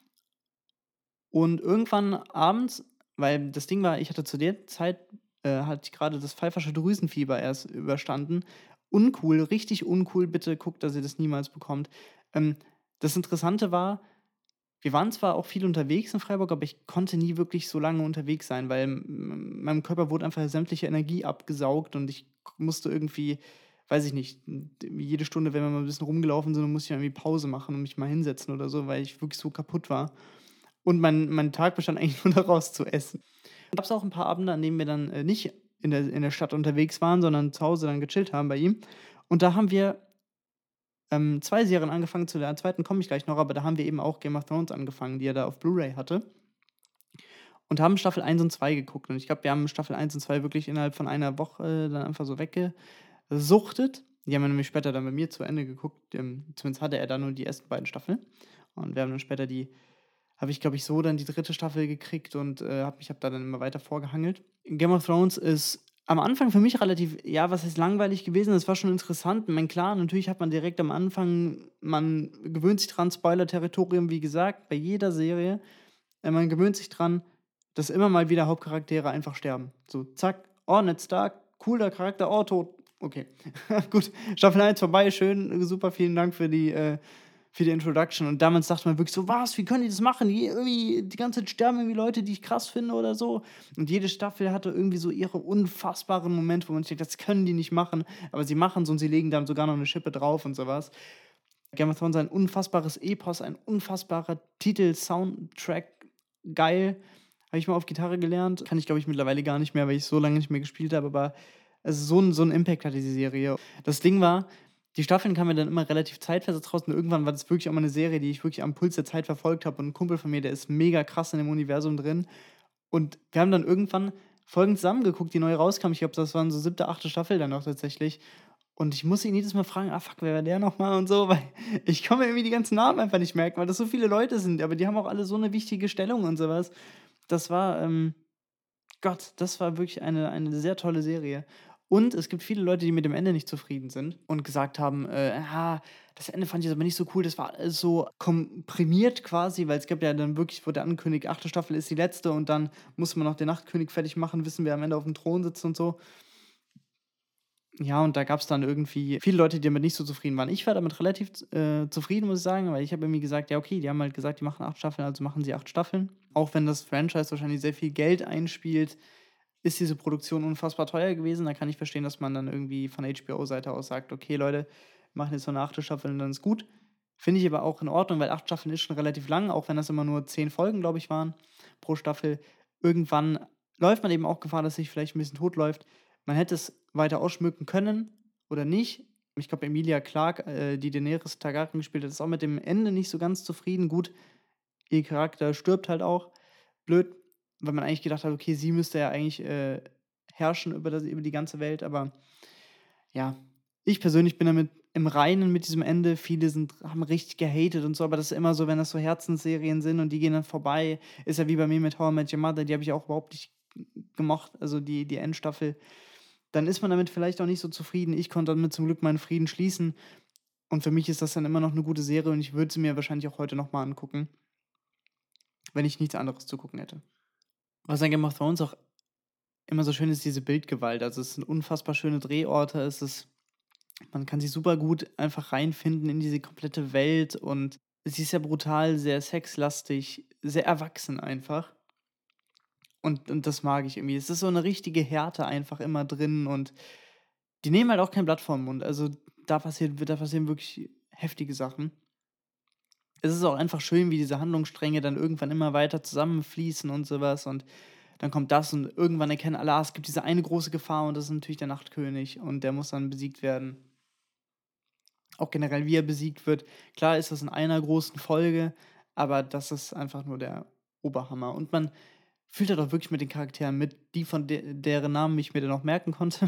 Speaker 1: und irgendwann abends, weil das Ding war, ich hatte zu der Zeit, hatte ich gerade das pfeifersche Drüsenfieber erst überstanden. Uncool, richtig uncool. Bitte guckt, dass ihr das niemals bekommt. Ähm, Das Interessante war, wir waren zwar auch viel unterwegs in Freiburg, aber ich konnte nie wirklich so lange unterwegs sein, weil meinem Körper wurde einfach sämtliche Energie abgesaugt und ich musste irgendwie, weiß ich nicht, jede Stunde, wenn wir mal ein bisschen rumgelaufen sind, musste ich irgendwie Pause machen und mich mal hinsetzen oder so, weil ich wirklich so kaputt war. Und mein Tag bestand eigentlich nur daraus zu essen. Gab es auch ein paar Abende, an denen wir dann nicht in der Stadt unterwegs waren, sondern zu Hause dann gechillt haben bei ihm. Und da haben wir 2 Serien angefangen, zu der zweiten komme ich gleich noch, aber da haben wir eben auch Game of Thrones angefangen, die er da auf Blu-ray hatte. Und haben Staffel 1 und 2 geguckt. Und ich glaube, wir haben Staffel 1 und 2 wirklich innerhalb von einer Woche dann einfach so weggesuchtet. Die haben wir nämlich später dann bei mir zu Ende geguckt. Zumindest hatte er da nur die ersten beiden Staffeln. Und wir haben dann später habe ich, glaube ich, so dann die dritte Staffel gekriegt und habe da dann immer weiter vorgehangelt. Game of Thrones ist am Anfang für mich relativ, ja, was heißt langweilig gewesen? Das war schon interessant. Ich meine, klar, natürlich hat man direkt am Anfang, man gewöhnt sich dran, Spoiler-Territorium, wie gesagt, bei jeder Serie. Man gewöhnt sich dran, dass immer mal wieder Hauptcharaktere einfach sterben. So, zack, oh, Ned Stark, cooler Charakter, oh, tot. Okay, gut, Staffel 1 vorbei, schön, super, vielen Dank für die Introduction. Und damals dachte man wirklich so, was, wie können die das machen? Irgendwie die ganze Zeit sterben irgendwie Leute, die ich krass finde oder so. Und jede Staffel hatte irgendwie so ihre unfassbaren Momente, wo man sich denkt, das können die nicht machen. Aber sie machen es und sie legen dann sogar noch eine Schippe drauf und sowas. Game of Thrones ein unfassbares Epos, ein unfassbarer Titel, Soundtrack, geil. Habe ich mal auf Gitarre gelernt. Kann ich, glaube ich, mittlerweile gar nicht mehr, weil ich so lange nicht mehr gespielt habe. Aber also so ein Impact hatte die Serie. Das Ding war, die Staffeln kamen mir dann immer relativ zeitversetzt raus. Und irgendwann war das wirklich auch mal eine Serie, die ich wirklich am Puls der Zeit verfolgt habe. Und ein Kumpel von mir, der ist mega krass in dem Universum drin. Und wir haben dann irgendwann Folgen zusammengeguckt, die neu rauskamen. Ich glaube, das waren so 7., 8. Staffel dann auch tatsächlich. Und ich muss ihn jedes Mal fragen, fuck, wer war der nochmal und so, weil ich kann mir irgendwie die ganzen Namen einfach nicht merken, weil das so viele Leute sind, aber die haben auch alle so eine wichtige Stellung und sowas. Das war, Gott, das war wirklich eine sehr tolle Serie. Und es gibt viele Leute, die mit dem Ende nicht zufrieden sind und gesagt haben, das Ende fand ich jetzt aber nicht so cool, das war alles so komprimiert quasi, weil es gab ja dann wirklich, wurde angekündigt, 8. Staffel ist die letzte und dann muss man noch den Nachtkönig fertig machen, wissen, wer am Ende auf dem Thron sitzt und so. Ja, und da gab es dann irgendwie viele Leute, die damit nicht so zufrieden waren. Ich war damit relativ zufrieden, muss ich sagen, weil ich habe irgendwie gesagt, ja, okay, die haben halt gesagt, die machen 8 Staffeln, also machen sie 8 Staffeln. Auch wenn das Franchise wahrscheinlich sehr viel Geld einspielt, ist diese Produktion unfassbar teuer gewesen. Da kann ich verstehen, dass man dann irgendwie von HBO-Seite aus sagt, okay, Leute, wir machen jetzt so eine 8. Staffel und dann ist gut. Finde ich aber auch in Ordnung, weil 8 Staffeln ist schon relativ lang, auch wenn das immer nur 10 Folgen, glaube ich, waren pro Staffel. Irgendwann läuft man eben auch Gefahr, dass sich vielleicht ein bisschen totläuft. Man hätte es weiter ausschmücken können oder nicht. Ich glaube, Emilia Clarke, die Daenerys Targaryen gespielt hat, ist auch mit dem Ende nicht so ganz zufrieden. Gut, ihr Charakter stirbt halt auch. blöd, weil man eigentlich gedacht hat, okay, sie müsste ja eigentlich herrschen über die ganze Welt, aber ja, ich persönlich bin damit im Reinen mit diesem Ende. Viele haben richtig gehatet und so, aber das ist immer so, wenn das so Herzensserien sind und die gehen dann vorbei. Ist ja wie bei mir mit How I Met Your Mother, die habe ich auch überhaupt nicht gemocht, also die Endstaffel. Dann ist man damit vielleicht auch nicht so zufrieden. Ich konnte damit zum Glück meinen Frieden schließen. Und für mich ist das dann immer noch eine gute Serie und ich würde sie mir wahrscheinlich auch heute nochmal angucken, wenn ich nichts anderes zu gucken hätte. Was an Game of Thrones auch immer so schön ist, diese Bildgewalt. Also es sind unfassbar schöne Drehorte. Man kann sich super gut einfach reinfinden in diese komplette Welt und sie ist sehr brutal, sehr sexlastig, sehr erwachsen einfach. Und das mag ich irgendwie. Es ist so eine richtige Härte einfach immer drin und die nehmen halt auch kein Blatt vor den Mund. Also da passieren wirklich heftige Sachen. Es ist auch einfach schön, wie diese Handlungsstränge dann irgendwann immer weiter zusammenfließen und sowas und dann kommt das und irgendwann erkennen alle, es gibt diese eine große Gefahr und das ist natürlich der Nachtkönig und der muss dann besiegt werden. Auch generell, wie er besiegt wird. Klar ist das in einer großen Folge, aber das ist einfach nur der Oberhammer. Und man fühlt halt auch wirklich mit den Charakteren mit, die deren Namen ich mir dann auch merken konnte.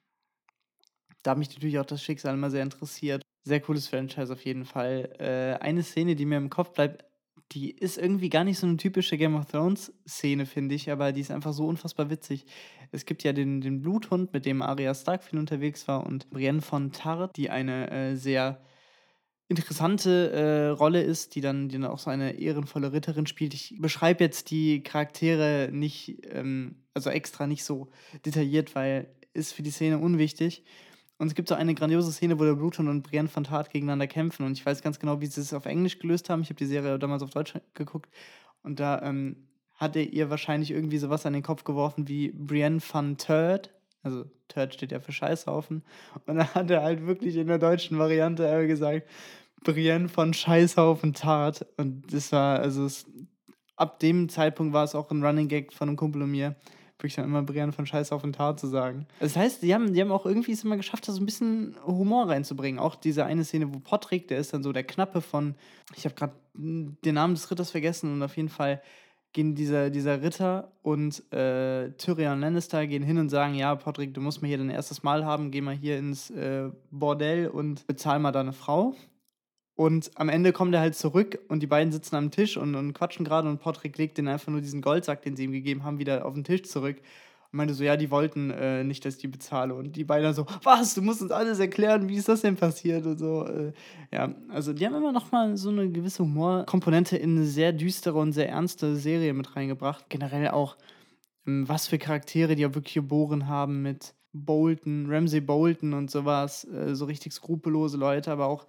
Speaker 1: Da hat mich natürlich auch das Schicksal immer sehr interessiert. Sehr cooles Franchise auf jeden Fall. Eine Szene, die mir im Kopf bleibt, die ist irgendwie gar nicht so eine typische Game of Thrones-Szene, finde ich, aber die ist einfach so unfassbar witzig. Es gibt ja den Bluthund, mit dem Arya Stark viel unterwegs war und Brienne von Tarth, die eine sehr interessante Rolle ist, die dann auch so eine ehrenvolle Ritterin spielt. Ich beschreibe jetzt die Charaktere nicht, also extra nicht so detailliert, weil ist für die Szene unwichtig. Und es gibt so eine grandiose Szene, wo der Bluthund und Brienne von Tarth gegeneinander kämpfen. Und ich weiß ganz genau, wie sie es auf Englisch gelöst haben. Ich habe die Serie damals auf Deutsch geguckt. Und da hat er ihr wahrscheinlich irgendwie sowas an den Kopf geworfen wie Brienne von Turd. Also Turd steht ja für Scheißhaufen. Und dann hat er halt wirklich in der deutschen Variante gesagt, Brienne von Scheißhaufen Tarth. Und das war, ab dem Zeitpunkt war es auch ein Running Gag von einem Kumpel und mir, wirklich dann immer Brienne von Scheißhaufen Tarth zu sagen. Das heißt, die haben auch irgendwie es immer geschafft, da so ein bisschen Humor reinzubringen. Auch diese eine Szene, wo Podrick, der ist dann so der Knappe von, ich habe gerade den Namen des Ritters vergessen und auf jeden Fall gehen dieser Ritter und Tyrion Lannister gehen hin und sagen, ja, Podrick, du musst mal hier dein erstes Mal haben, geh mal hier ins Bordell und bezahl mal deine Frau. Und am Ende kommt er halt zurück und die beiden sitzen am Tisch und quatschen gerade und Podrick legt den einfach nur diesen Goldsack, den sie ihm gegeben haben, wieder auf den Tisch zurück. Und meinte so, ja, die wollten nicht, dass ich die bezahle. Und die beiden so, was, du musst uns alles erklären, wie ist das denn passiert und so. Ja, also die haben immer noch mal so eine gewisse Humorkomponente in eine sehr düstere und sehr ernste Serie mit reingebracht. Generell auch, was für Charaktere die auch wirklich geboren haben mit Bolton, Ramsay Bolton und sowas. So richtig skrupellose Leute, aber auch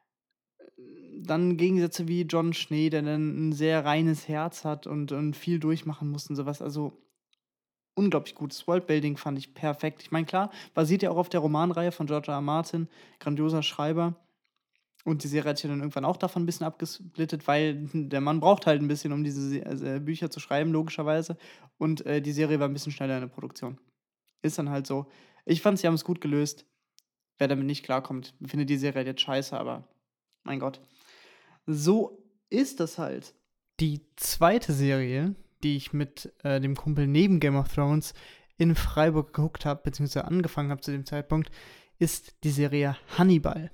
Speaker 1: dann Gegensätze wie Jon Schnee, der dann ein sehr reines Herz hat und viel durchmachen muss und sowas. Also, unglaublich gutes Worldbuilding, fand ich perfekt. Ich meine, klar, basiert ja auch auf der Romanreihe von George R. R. Martin, grandioser Schreiber. Und die Serie hat sich ja dann irgendwann auch davon ein bisschen abgesplittet, weil der Mann braucht halt ein bisschen, um diese Bücher zu schreiben, logischerweise. Und die Serie war ein bisschen schneller in der Produktion. Ist dann halt so. Ich fand, sie haben es gut gelöst. Wer damit nicht klarkommt, findet die Serie halt jetzt scheiße, aber mein Gott. So ist das halt. Die zweite Serie, die ich mit dem Kumpel neben Game of Thrones in Freiburg geguckt habe, beziehungsweise angefangen habe zu dem Zeitpunkt, ist die Serie Hannibal.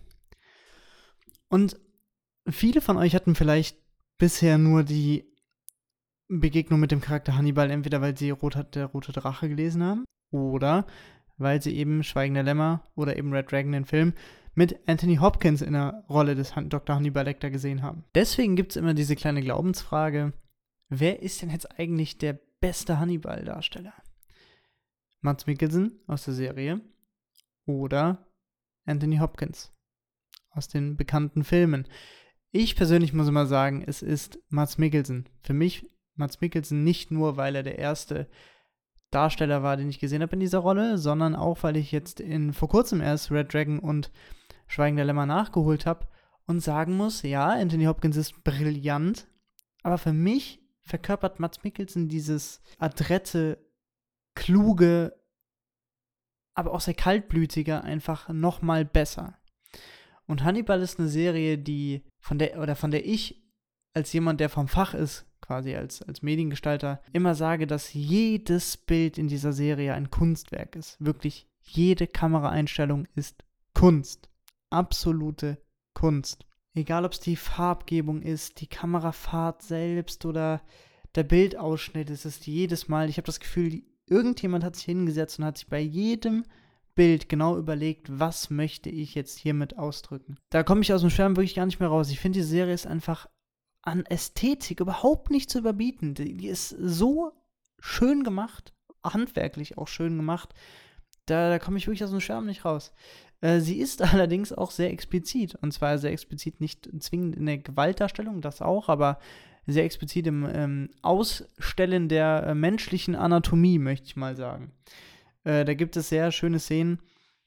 Speaker 1: Und viele von euch hatten vielleicht bisher nur die Begegnung mit dem Charakter Hannibal, entweder weil sie der rote Drache gelesen haben oder weil sie eben Schweigen der Lämmer oder eben Red Dragon, den Film, mit Anthony Hopkins in der Rolle des Dr. Hannibal Lecter gesehen haben. Deswegen gibt es immer diese kleine Glaubensfrage, wer ist denn jetzt eigentlich der beste Hannibal-Darsteller? Mads Mikkelsen aus der Serie oder Anthony Hopkins aus den bekannten Filmen? Ich persönlich muss immer sagen, es ist Mads Mikkelsen. Für mich Mads Mikkelsen nicht nur, weil er der erste Darsteller war, den ich gesehen habe in dieser Rolle, sondern auch, weil ich jetzt vor kurzem erst Red Dragon und Schweigen der Lämmer nachgeholt habe und sagen muss, ja, Anthony Hopkins ist brillant, aber für mich verkörpert Mads Mikkelsen dieses adrette, kluge, aber auch sehr kaltblütige einfach nochmal besser. Und Hannibal ist eine Serie, von der ich als jemand, der vom Fach ist, quasi als Mediengestalter, immer sage, dass jedes Bild in dieser Serie ein Kunstwerk ist. Wirklich jede Kameraeinstellung ist Kunst. Absolute Kunst. Egal, ob es die Farbgebung ist, die Kamerafahrt selbst oder der Bildausschnitt, es ist jedes Mal, ich habe das Gefühl, irgendjemand hat sich hingesetzt und hat sich bei jedem Bild genau überlegt, was möchte ich jetzt hiermit ausdrücken. Da komme ich aus dem Schwärmen wirklich gar nicht mehr raus. Ich finde, die Serie ist einfach an Ästhetik überhaupt nicht zu überbieten. Die ist so schön gemacht, handwerklich auch schön gemacht. Da komme ich wirklich aus dem Schwärmen nicht raus. Sie ist allerdings auch sehr explizit. Und zwar sehr explizit nicht zwingend in der Gewaltdarstellung, das auch, aber sehr explizit im Ausstellen der menschlichen Anatomie, möchte ich mal sagen. Da gibt es sehr schöne Szenen,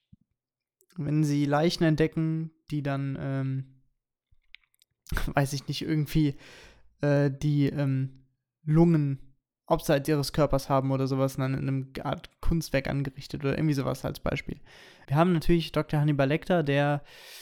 Speaker 1: wenn sie Leichen entdecken, die dann, weiß ich nicht, irgendwie die Lungen abseits ihres Körpers haben oder sowas und dann in einem Art Kunstwerk angerichtet oder irgendwie sowas als Beispiel. Wir haben natürlich Dr. Hannibal Lecter, der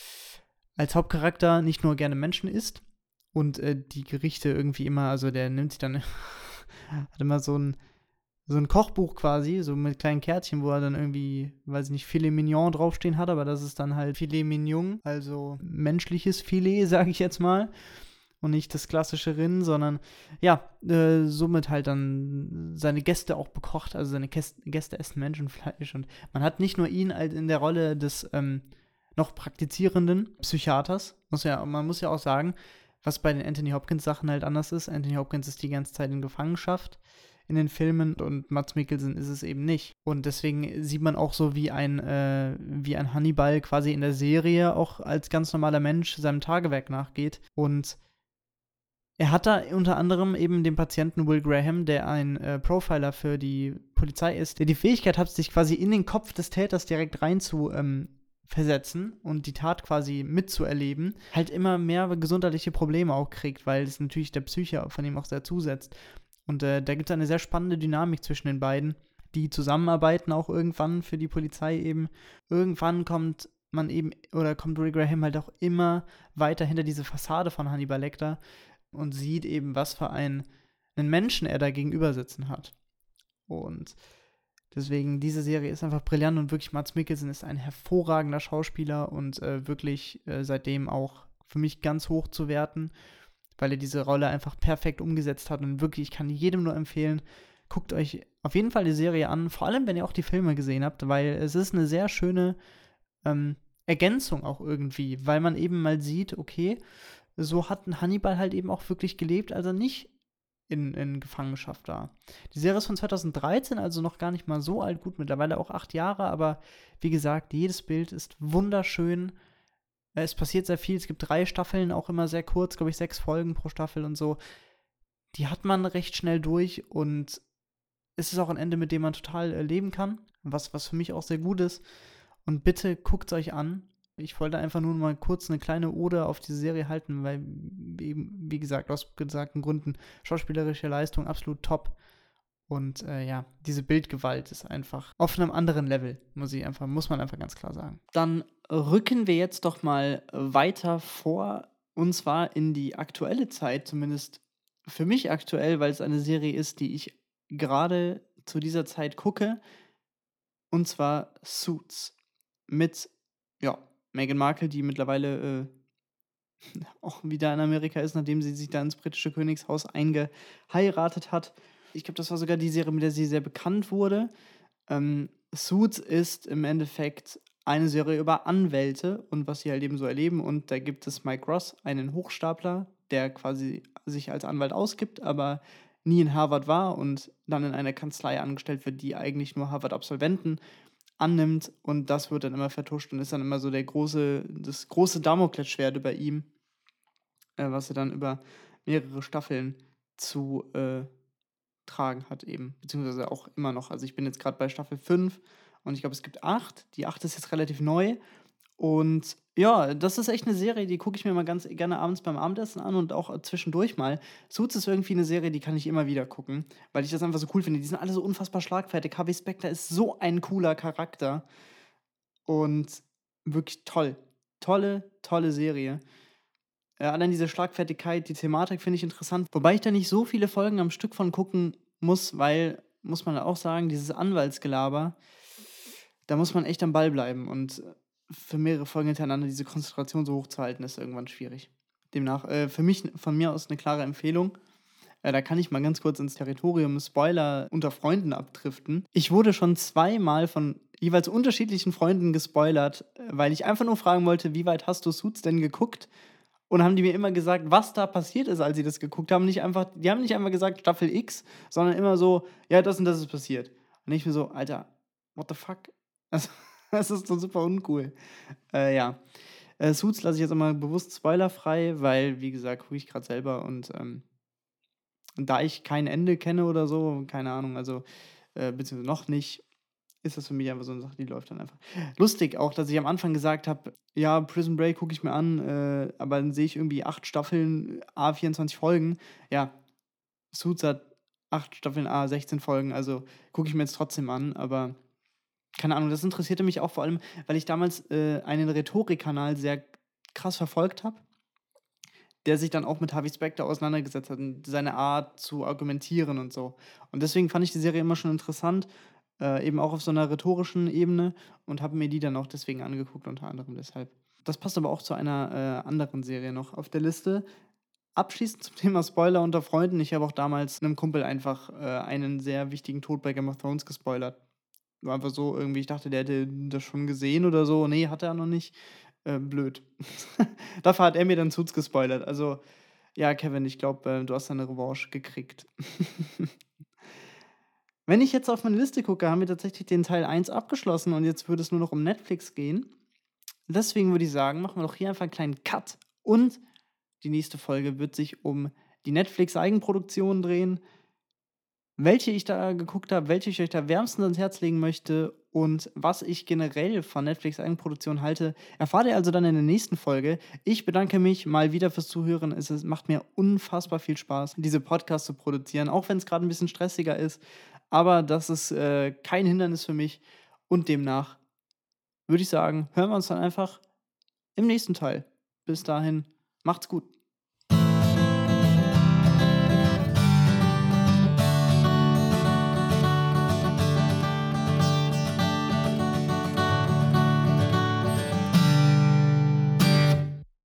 Speaker 1: als Hauptcharakter nicht nur gerne Menschen isst und die Gerichte irgendwie immer, also der nimmt sich dann, hat immer so ein Kochbuch quasi, so mit kleinen Kärtchen, wo er dann irgendwie, weiß ich nicht, Filet Mignon draufstehen hat, aber das ist dann halt Filet Mignon, also menschliches Filet, sage ich jetzt mal. Und nicht das klassische Rind, sondern ja, somit halt dann seine Gäste auch bekocht. Also seine Gäste essen Menschenfleisch. Und man hat nicht nur ihn halt in der Rolle des noch praktizierenden Psychiaters. Man muss ja auch sagen, was bei den Anthony Hopkins-Sachen halt anders ist. Anthony Hopkins ist die ganze Zeit in Gefangenschaft in den Filmen und Mads Mikkelsen ist es eben nicht. Und deswegen sieht man auch so wie ein Hannibal quasi in der Serie auch als ganz normaler Mensch seinem Tagewerk nachgeht. Und er hat da unter anderem eben den Patienten Will Graham, der ein Profiler für die Polizei ist, der die Fähigkeit hat, sich quasi in den Kopf des Täters direkt rein zu versetzen und die Tat quasi mitzuerleben, halt immer mehr gesundheitliche Probleme auch kriegt, weil es natürlich der Psyche von ihm auch sehr zusetzt. Und da gibt es eine sehr spannende Dynamik zwischen den beiden, die zusammenarbeiten auch irgendwann für die Polizei eben. Irgendwann kommt Will Graham halt auch immer weiter hinter diese Fassade von Hannibal Lecter und sieht eben, was für einen Menschen er da gegenüber sitzen hat. Und deswegen, diese Serie ist einfach brillant und wirklich, Mads Mikkelsen ist ein hervorragender Schauspieler und wirklich seitdem auch für mich ganz hoch zu werten, weil er diese Rolle einfach perfekt umgesetzt hat und wirklich, ich kann jedem nur empfehlen, guckt euch auf jeden Fall die Serie an, vor allem, wenn ihr auch die Filme gesehen habt, weil es ist eine sehr schöne Ergänzung auch irgendwie, weil man eben mal sieht, okay, so hat ein Hannibal halt eben auch wirklich gelebt, als er nicht in Gefangenschaft war. Die Serie ist von 2013, also noch gar nicht mal so alt, gut, mittlerweile auch 8 Jahre, aber wie gesagt, jedes Bild ist wunderschön. Es passiert sehr viel, es gibt 3 Staffeln, auch immer sehr kurz, glaube ich, 6 Folgen pro Staffel und so. Die hat man recht schnell durch und es ist auch ein Ende, mit dem man total leben kann, was für mich auch sehr gut ist. Und bitte guckt es euch an. Ich wollte einfach nur mal kurz eine kleine Ode auf diese Serie halten, weil eben, wie gesagt, aus gesagten Gründen schauspielerische Leistung absolut top. Und ja, diese Bildgewalt ist einfach auf einem anderen Level, muss man einfach ganz klar sagen. Dann rücken wir jetzt doch mal weiter vor, und zwar in die aktuelle Zeit, zumindest für mich aktuell, weil es eine Serie ist, die ich gerade zu dieser Zeit gucke, und zwar Suits mit, ja, Meghan Markle, die mittlerweile auch wieder in Amerika ist, nachdem sie sich da ins britische Königshaus eingeheiratet hat. Ich glaube, das war sogar die Serie, mit der sie sehr bekannt wurde. Suits ist im Endeffekt eine Serie über Anwälte und was sie halt eben so erleben. Und da gibt es Mike Ross, einen Hochstapler, der quasi sich als Anwalt ausgibt, aber nie in Harvard war und dann in einer Kanzlei angestellt wird, die eigentlich nur Harvard-Absolventen annimmt. Und das wird dann immer vertuscht und ist dann immer so das große Damoklesschwert über ihm, was er dann über mehrere Staffeln zu tragen hat eben, beziehungsweise auch immer noch. Also ich bin jetzt gerade bei Staffel 5 und ich glaube, es gibt 8. Die 8 ist jetzt relativ neu und ja, das ist echt eine Serie, die gucke ich mir mal ganz gerne abends beim Abendessen an und auch zwischendurch mal. Suits ist irgendwie eine Serie, die kann ich immer wieder gucken, weil ich das einfach so cool finde. Die sind alle so unfassbar schlagfertig. Harvey Specter ist so ein cooler Charakter und wirklich toll. Tolle Serie. Allein diese Schlagfertigkeit, die Thematik finde ich interessant, wobei ich da nicht so viele Folgen am Stück von gucken muss, weil, muss man auch sagen, dieses Anwaltsgelaber, da muss man echt am Ball bleiben und für mehrere Folgen hintereinander diese Konzentration so hoch zu halten, ist irgendwann schwierig. Demnach, für mich von mir aus eine klare Empfehlung. Da kann ich mal ganz kurz ins Territorium Spoiler unter Freunden abdriften. Ich wurde schon zweimal von jeweils unterschiedlichen Freunden gespoilert, weil ich einfach nur fragen wollte: „Wie weit hast du Suits denn geguckt?“ Und haben die mir immer gesagt, was da passiert ist, als sie das geguckt haben. Die haben nicht einfach gesagt Staffel X, sondern immer so: „Ja, das und das ist passiert.“ Und ich mir so: „Alter, what the fuck?“ Also, das ist so super uncool. Ja. Suits lasse ich jetzt immer bewusst spoilerfrei, weil, wie gesagt, gucke ich gerade selber und da ich kein Ende kenne oder so, keine Ahnung, also, beziehungsweise noch nicht, ist das für mich einfach so 'ne Sache, die läuft dann einfach. Lustig auch, dass ich am Anfang gesagt habe: „Ja, Prison Break gucke ich mir an“, aber dann sehe ich irgendwie 8 Staffeln, 24 Folgen. Ja, Suits hat 8 Staffeln, 16 Folgen, also gucke ich mir jetzt trotzdem an, aber keine Ahnung, das interessierte mich auch vor allem, weil ich damals, einen Rhetorikkanal sehr krass verfolgt habe, der sich dann auch mit Harvey Specter auseinandergesetzt hat und seine Art zu argumentieren und so. Und deswegen fand ich die Serie immer schon interessant, eben auch auf so einer rhetorischen Ebene und habe mir die dann auch deswegen angeguckt, unter anderem deshalb. Das passt aber auch zu einer, anderen Serie noch auf der Liste. Abschließend zum Thema Spoiler unter Freunden. Ich habe auch damals einem Kumpel einfach, einen sehr wichtigen Tod bei Game of Thrones gespoilert. War einfach so irgendwie, ich dachte, der hätte das schon gesehen oder so. Ne, hat er noch nicht. Blöd. Dafür hat er mir dann Suits gespoilert. Also, ja, Kevin, ich glaube, du hast deine Revanche gekriegt. Wenn ich jetzt auf meine Liste gucke, haben wir tatsächlich den Teil 1 abgeschlossen und jetzt würde es nur noch um Netflix gehen. Deswegen würde ich sagen, machen wir doch hier einfach einen kleinen Cut und die nächste Folge wird sich um die Netflix-Eigenproduktion drehen, welche ich da geguckt habe, welche ich euch da wärmstens ans Herz legen möchte und was ich generell von Netflix-Eigenproduktion halte, erfahrt ihr also dann in der nächsten Folge. Ich bedanke mich mal wieder fürs Zuhören. Macht mir unfassbar viel Spaß, diese Podcasts zu produzieren, auch wenn es gerade ein bisschen stressiger ist. Aber das ist kein Hindernis für mich. Und demnach würde ich sagen, hören wir uns dann einfach im nächsten Teil. Bis dahin, macht's gut.